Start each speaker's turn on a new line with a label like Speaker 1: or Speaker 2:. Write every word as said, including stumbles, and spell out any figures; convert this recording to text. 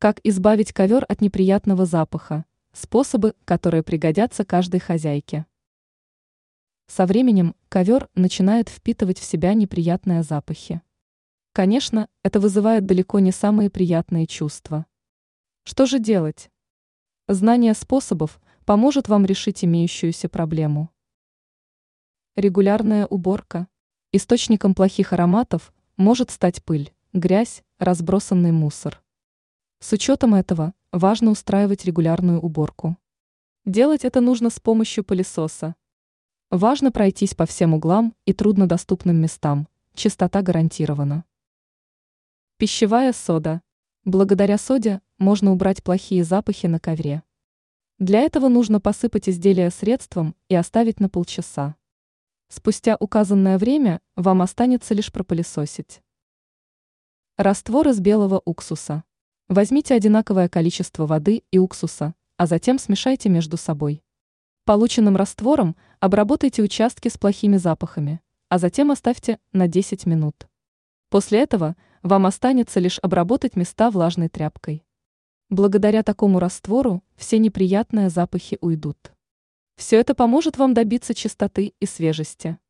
Speaker 1: Как избавить ковер от неприятного запаха? Способы, которые пригодятся каждой хозяйке. Со временем ковер начинает впитывать в себя неприятные запахи. Конечно, это вызывает далеко не самые приятные чувства. Что же делать? Знание способов поможет вам решить имеющуюся проблему. Регулярная уборка. Источником плохих ароматов может стать пыль, грязь, разбросанный мусор. С учетом этого важно устраивать регулярную уборку. Делать это нужно с помощью пылесоса. Важно пройтись по всем углам и труднодоступным местам, чистота гарантирована. Пищевая сода. Благодаря соде можно убрать плохие запахи на ковре. Для этого нужно посыпать изделие средством и оставить на полчаса. Спустя указанное время вам останется лишь пропылесосить. Раствор из белого уксуса. Возьмите одинаковое количество воды и уксуса, а затем смешайте между собой. Полученным раствором обработайте участки с плохими запахами, а затем оставьте на десять минут. После этого вам останется лишь обработать места влажной тряпкой. Благодаря такому раствору все неприятные запахи уйдут. Все это поможет вам добиться чистоты и свежести.